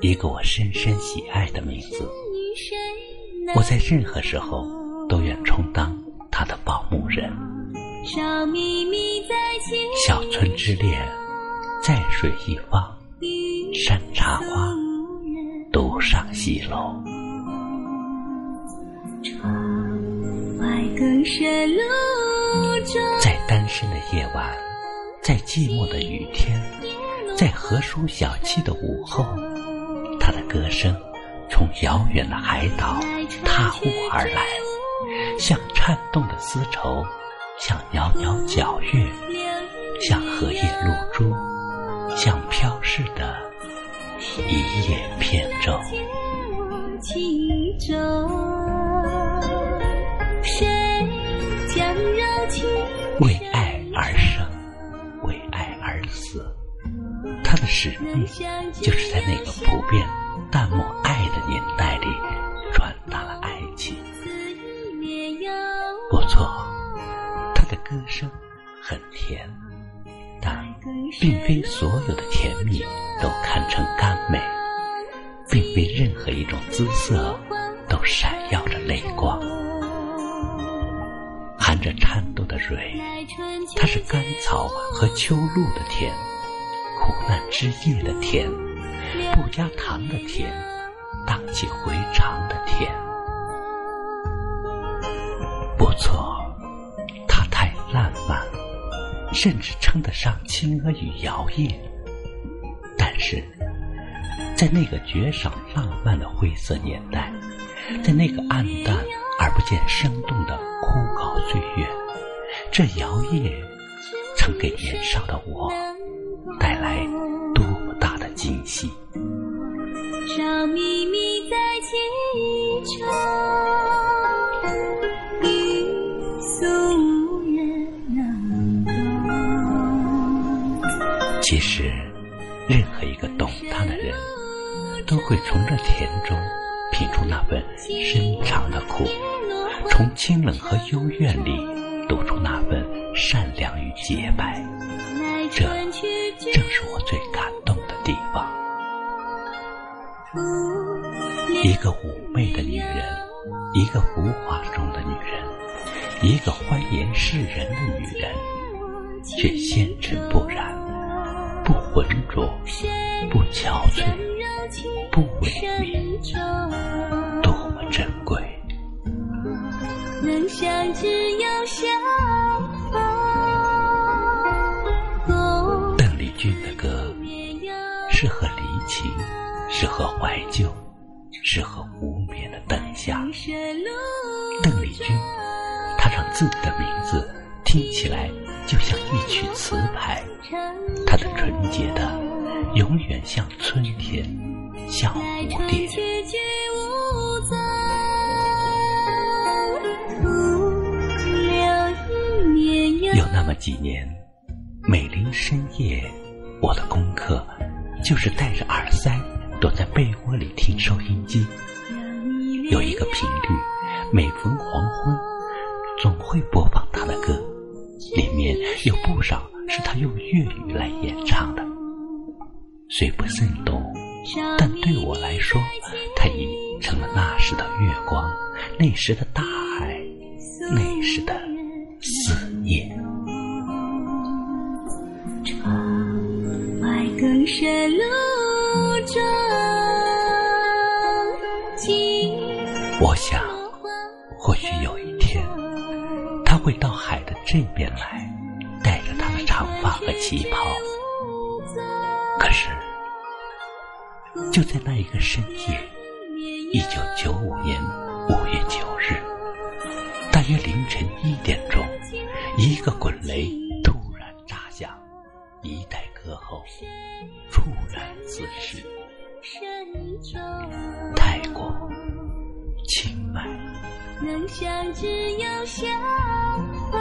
一个我深深喜爱的名字，我在任何时候都愿充当他的保姆人。小村之恋，在水一方，山茶花独上西楼。在单身的夜晚，在寂寞的雨天，在河书小憩的午后，他的歌声从遥远的海岛踏户而来，像颤动的丝绸，像袅袅皎月，像荷叶露珠，像飘逝的一叶扁舟。为爱而生，为爱而死，他的使命就是在那个普遍淡漠爱的年代里传达了爱情。不错，他的歌声很甜，但并非所有的甜蜜都堪称甘美，并非任何一种姿色都闪耀着泪光。含着颤抖的蕊，它是甘草和秋露的甜，苦难之夜的甜，不加糖的甜，荡气回肠的甜。不错，它太烂漫，甚至称得上轻歌与摇曳。但是在那个绝少浪漫的灰色年代，在那个暗淡而不见生动的枯槁岁月，这摇曳曾给年少的我带来多么大的惊喜。 少秘密在其中，欲诉无人能懂。 其实任何一个懂他的人都会从这甜中品出那份深长的苦，从清冷和幽怨里读出那份善良与洁白。这正是我最感动的地方。一个妩媚的女人，一个浮华中的女人，一个欢颜世人的女人，却纤尘不染，不浑浊，不憔悴，不萎靡，多么珍贵。 能相知又相逢。 邓丽君的歌适合离情，适合怀旧，适合无眠的灯下。邓丽君，她让自己的名字听起来就像一曲词牌，她的纯洁的永远像春天，像蝴蝶。有那么几年，每临深夜，我的功课就是戴着耳塞躲在被窝里听收音机。有一个频率，每逢黄昏总会播放他的歌，里面有不少是他用粤语来演唱的。虽不甚懂，但对我来说，他已成了那时的月光，那时的大海，那时的思念。 窗外更深露中， 我想或许有一天他会到海的这边来，带着他的长发和旗袍。可是就在那一个深夜，1995年5月9日，大约凌晨1点钟，一个滚雷突然炸响，一代歌后猝然辞世。太过轻慢， 能相知又相逢。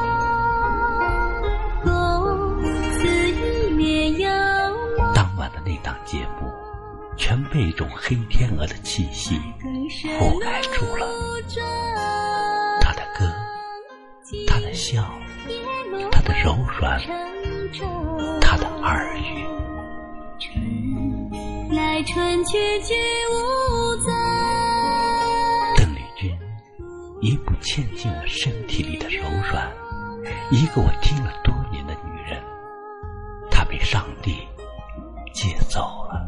当晚的那档节目全被一种黑天鹅的气息覆盖住了。他的歌，他的笑，他的柔软，他的耳语。 待春去居无踪。 邓丽君一步嵌进了身体里的柔软，一个我听了多年的女人，她被上帝接走了。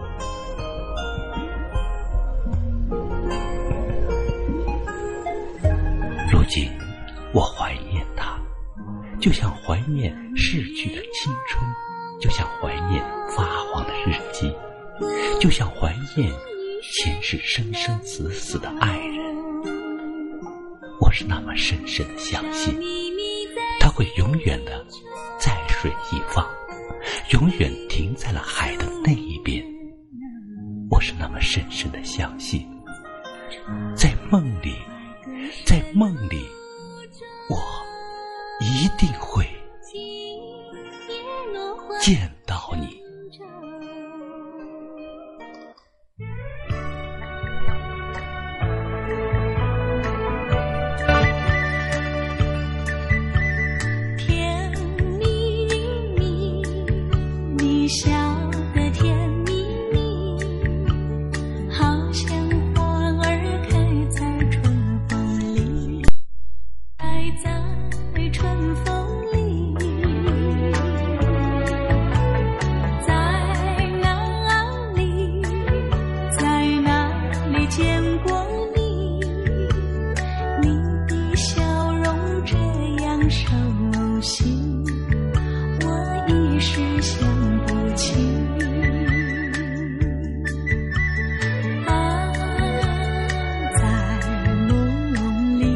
如今我怀念她，就像怀念逝去的青春，就像怀念发黄的日记，就像怀念前世生生死死的爱人。我是那么深深的相信，他会永远的在水一方，永远停在了海的那一边。我是那么深深的相信，在梦里，我一定会见到你。 甜蜜蜜，你笑得甜蜜蜜，好像花儿开在春风里，开在春风里。在哪里，在哪里见过你？你的笑容这样熟悉，我一时想不起。啊，在梦里，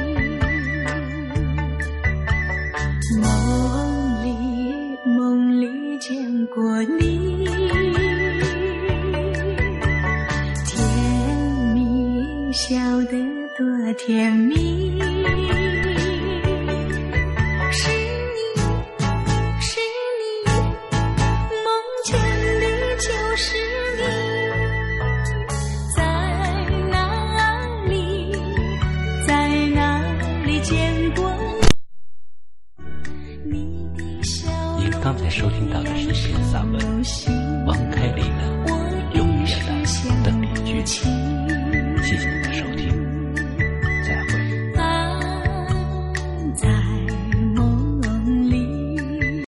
梦里见过你，甜蜜笑得多甜蜜。是你，是你，梦见的就是你。在哪里，在哪里见过你？你的笑容您刚才收听到的是一篇散文《王开林的永远的邓丽君》，谢谢您的收听。